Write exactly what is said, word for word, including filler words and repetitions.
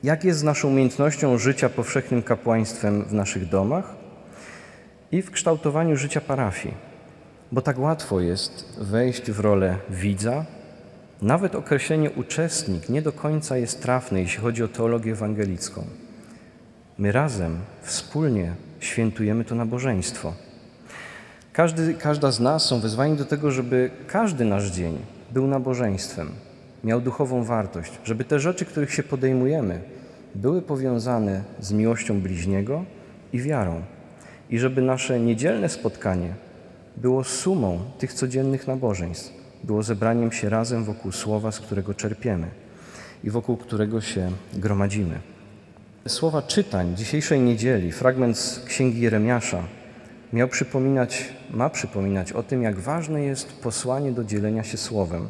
Jak jest z naszą umiejętnością życia powszechnym kapłaństwem w naszych domach i w kształtowaniu życia parafii? Bo tak łatwo jest wejść w rolę widza. Nawet określenie uczestnik nie do końca jest trafne, jeśli chodzi o teologię ewangelicką. My razem, wspólnie świętujemy to nabożeństwo. Każdy, każda z nas są wezwani do tego, żeby każdy nasz dzień był nabożeństwem, miał duchową wartość, żeby te rzeczy, których się podejmujemy, były powiązane z miłością bliźniego i wiarą. I żeby nasze niedzielne spotkanie było sumą tych codziennych nabożeństw, było zebraniem się razem wokół słowa, z którego czerpiemy i wokół którego się gromadzimy. Słowa czytań dzisiejszej niedzieli, fragment z Księgi Jeremiasza, miał przypominać, ma przypominać o tym, jak ważne jest posłanie do dzielenia się słowem.